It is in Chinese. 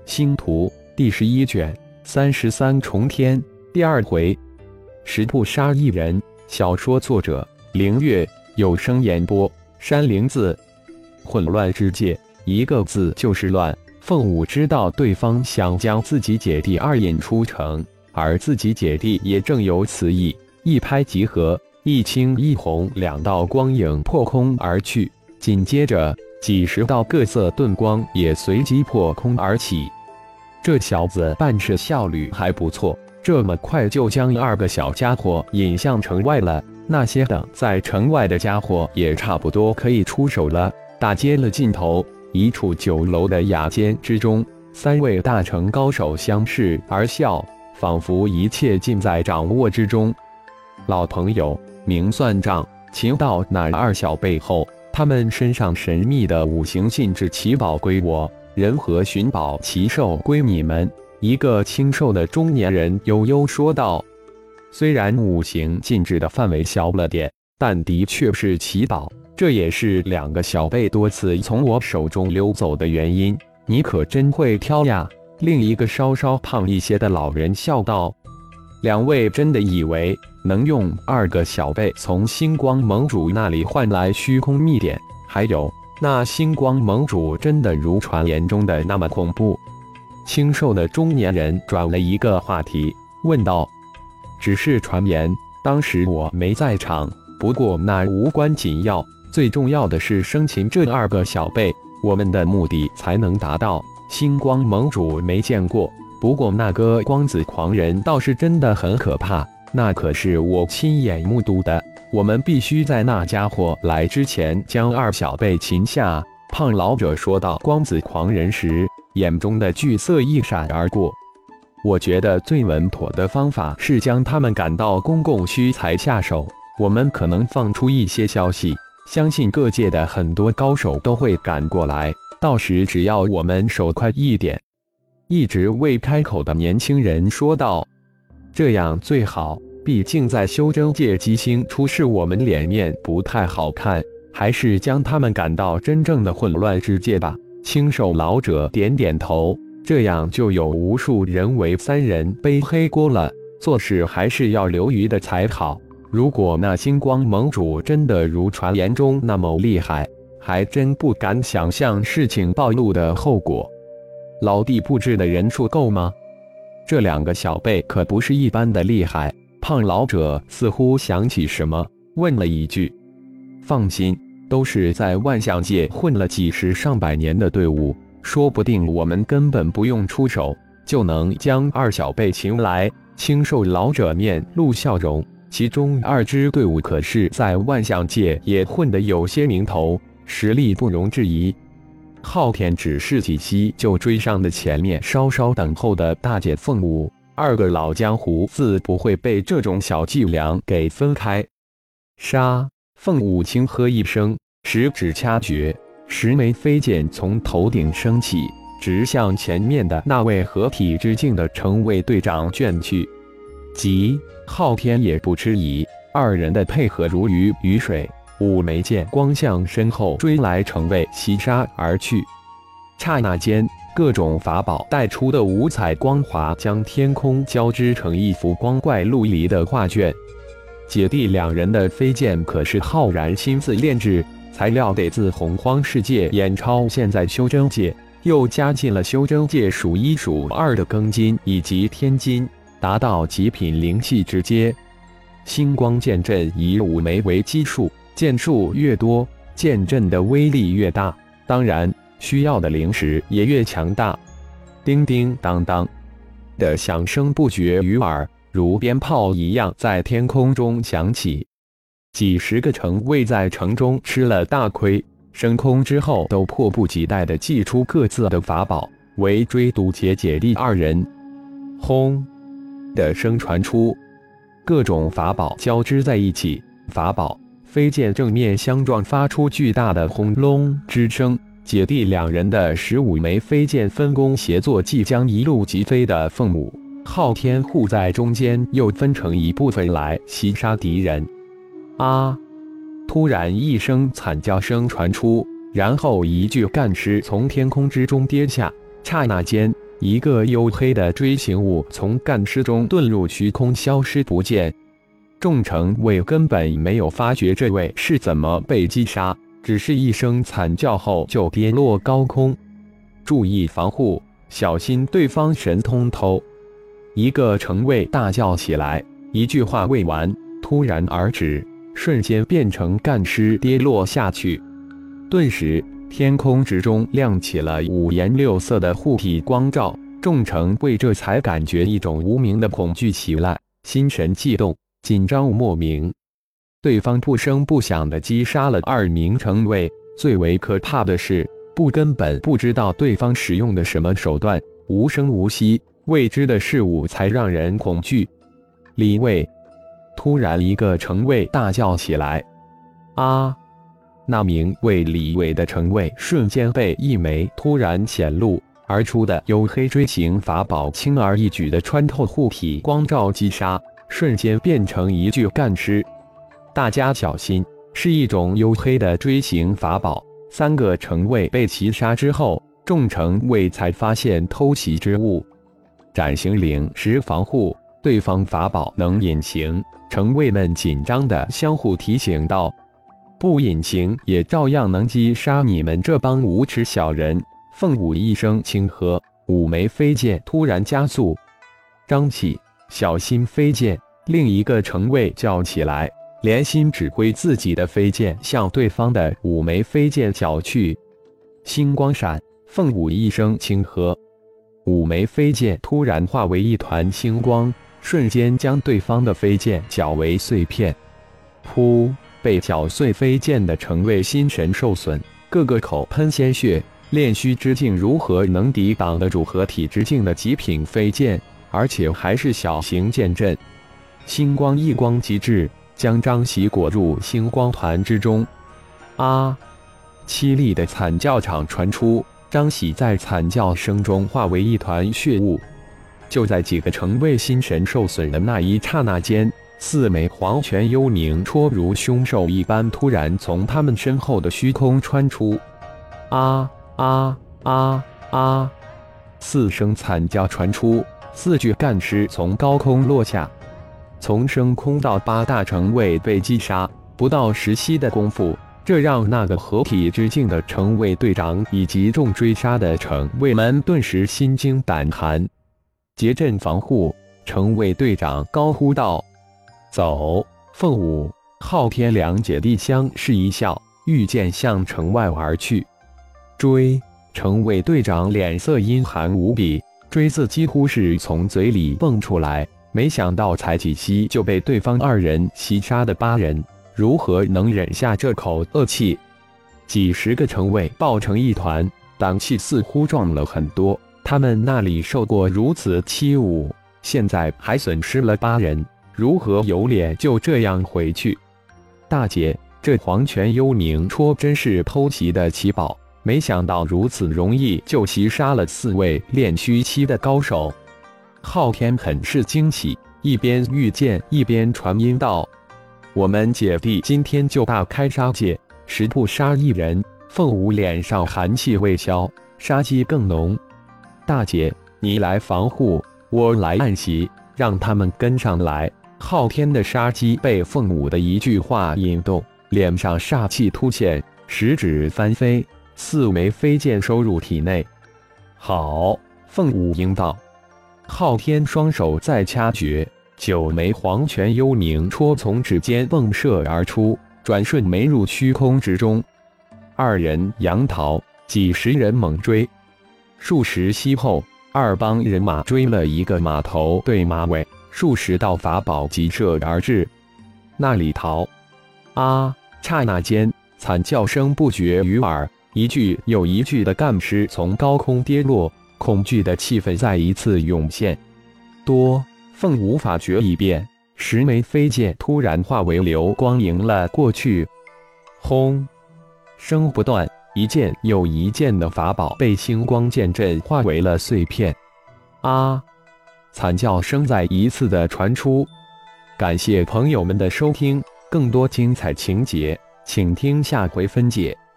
星图第11卷33重天第2回。十步杀一人。小说作者：凌月，有声演播：山灵子。混乱之界，一个字就是乱。凤舞知道对方想将自己姐弟二引出城，而自己姐弟也正有此意，一拍即合，一青一红两道光影破空而去，紧接着几十道各色遁光也随即破空而起。这小子办事效率还不错，这么快就将2个小家伙引向城外了。那些等在城外的家伙也差不多可以出手了。大街了尽头，一处酒楼的雅间之中，3位大成高手相视而笑，仿佛一切尽在掌握之中。老朋友，明算账，请到那2小辈后，他们身上神秘的5行禁制奇宝归我，人和寻宝奇兽归你们。一个清瘦的中年人悠悠说道。虽然5行禁制的范围小了点，但的确是奇宝，这也是2个小辈多次从我手中溜走的原因。你可真会挑呀！另一个稍稍胖一些的老人笑道。2位真的以为能用2个小辈从星光盟主那里换来虚空秘典？还有，那星光盟主真的如传言中的那么恐怖？清瘦的中年人转了一个话题，问道。只是传言，当时我没在场，不过那无关紧要，最重要的是生擒这2个小辈，我们的目的才能达到。星光盟主没见过，不过那个光子狂人倒是真的很可怕，那可是我亲眼目睹的。我们必须在那家伙来之前将2小辈擒下。胖老者说到光子狂人时，眼中的惧色一闪而过。我觉得最稳妥的方法是将他们赶到公共区才下手。我们可能放出一些消息，相信各界的很多高手都会赶过来，到时只要我们手快一点。一直未开口的年轻人说道。这样最好，毕竟在修真界机星出事，我们脸面不太好看，还是将他们赶到真正的混乱之界吧。清瘦老者点点头。这样就有无数人为3人背黑锅了，做事还是要留余的才好。如果那星光盟主真的如传言中那么厉害，还真不敢想象事情暴露的后果。老弟布置的人数够吗？这2个小辈可不是一般的厉害。胖老者似乎想起什么，问了一句。放心，都是在万象界混了几十上百年的队伍，说不定我们根本不用出手，就能将2小辈擒来。清瘦老者面露笑容，其中2支队伍可是在万象界也混得有些名头，实力不容置疑。昊天只是几息就追上了前面稍稍等候的大姐凤舞，2个老江湖自不会被这种小伎俩给分开。杀！凤舞轻喝一声，食指掐诀，10枚飞剑从头顶升起，直向前面的那位合体之境的城卫队长卷去。急！昊天也不迟疑，2人的配合如鱼与水，5枚剑光向身后追来城卫袭杀而去。刹那间，各种法宝带出的5彩光华将天空交织成一幅光怪陆离的画卷。姐弟2人的飞剑可是浩然亲自炼制，材料得自洪荒世界远超现在修真界，又加进了修真界数1数2的庚金以及天金，达到极品灵气之阶。星光剑阵以5枚为基数，剑数越多，剑阵的威力越大，当然需要的灵石也越强大。叮叮当当的响声不绝于耳，如鞭炮一样在天空中响起。几十个城卫在城中吃了大亏，升空之后都迫不及待地祭出各自的法宝，为追堵姐弟2人。轰的声传出，各种法宝交织在一起，法宝飞剑正面相撞，发出巨大的轰隆之声。姐弟2人的15枚飞剑分工协作，即将一路疾飞的凤舞、昊天护在中间，又分成一部分来袭杀敌人。啊！突然一声惨叫声传出，然后一具干尸从天空之中跌下。刹那间， 一个黝黑的锥形物从干尸中遁入虚空，消失不见。众城卫根本没有发觉这位是怎么被击杀，只是一声惨叫后就跌落高空。注意防护，小心对方神通偷！一个城卫大叫起来，一句话未完，突然而止，瞬间变成干尸跌落下去。顿时，天空之中亮起了五颜六色的护体光照，众城卫这才感觉一种无名的恐惧袭来，心神悸动，紧张莫名。对方不声不响地击杀了2名城卫，最为可怕的是，根本不知道对方使用的什么手段，无声无息，未知的事物才让人恐惧。李卫！突然，一个城卫大叫起来：“啊！”那名为李卫的城卫瞬间被一枚突然显露而出的黝黑锥形法宝轻而易举地穿透护体光照击杀，瞬间变成一具干尸。大家小心，是一种黝黑的锥形法宝。3个城卫被其杀之后，众城卫才发现偷袭之物。斩形岭时防护，对方法宝能隐形，城卫们紧张地相互提醒道：“不隐形也照样能击杀你们这帮无耻小人。”凤舞一声轻喝，5枚飞剑突然加速。张起，小心飞剑！另一个城卫叫起来，连心指挥自己的飞剑向对方的5枚飞剑缴去。星光闪，凤舞一声轻喝，5枚飞剑突然化为一团星光，瞬间将对方的飞剑搅为碎片。噗！被搅碎飞剑的城卫心神受损，个个口喷鲜血。炼虚之境如何能抵挡得住合体之境的极品飞剑？而且还是小型剑阵。星光一光即至，将张喜裹入星光团之中。啊！凄厉的惨叫场传出，张喜在惨叫声中化为一团血雾。就在几个城卫心神受损的那一刹那间，4枚黄泉幽冥戳如凶兽一般突然从他们身后的虚空穿出。啊啊啊啊！4声惨叫传出，4具干尸从高空落下。从升空到8大城卫被击杀，不到10息的功夫，这让那个合体之境的城卫队长以及众追杀的城卫们顿时心惊胆寒。结阵防护！城卫队长高呼道。走！凤舞、昊天2姐弟相视一笑，御剑向城外而去。追！城卫队长脸色阴寒无比，追字几乎是从嘴里蹦出来。没想到才几息就被对方2人袭杀的8人，如何能忍下这口恶气？几十个城卫抱成一团，胆气似乎壮了很多。他们那里受过如此欺侮，现在还损失了8人，如何有脸就这样回去？大姐，这黄泉幽冥戳真是偷袭的奇宝，没想到如此容易就袭杀了4位炼虚期的高手。昊天很是惊喜，一边御剑一边传音道：“我们姐弟今天就大开杀戒，10步杀1人。”凤舞脸上寒气未消，杀机更浓。大姐，你来防护，我来暗袭，让他们跟上来。昊天的杀机被凤舞的一句话引动，脸上煞气突现，食指翻飞，4枚飞剑收入体内。好！凤舞应道。昊天双手再掐诀，9枚黄泉幽冥戳从指尖迸射而出，转瞬没入虚空之中。2人扬逃，几十人猛追。数十息后，2帮人马追了一个马头对马尾，数十道法宝急射而至。那里逃！啊！刹那间，惨叫声不绝于耳，一具又一具的干尸从高空跌落。恐惧的气氛再一次涌现。凤无法觉一变，10枚飞剑突然化为流光迎了过去。轰！声不断，一件又一件的法宝被星光剑阵化为了碎片。啊！惨叫声再一次的传出。感谢朋友们的收听，更多精彩情节，请听下回分解。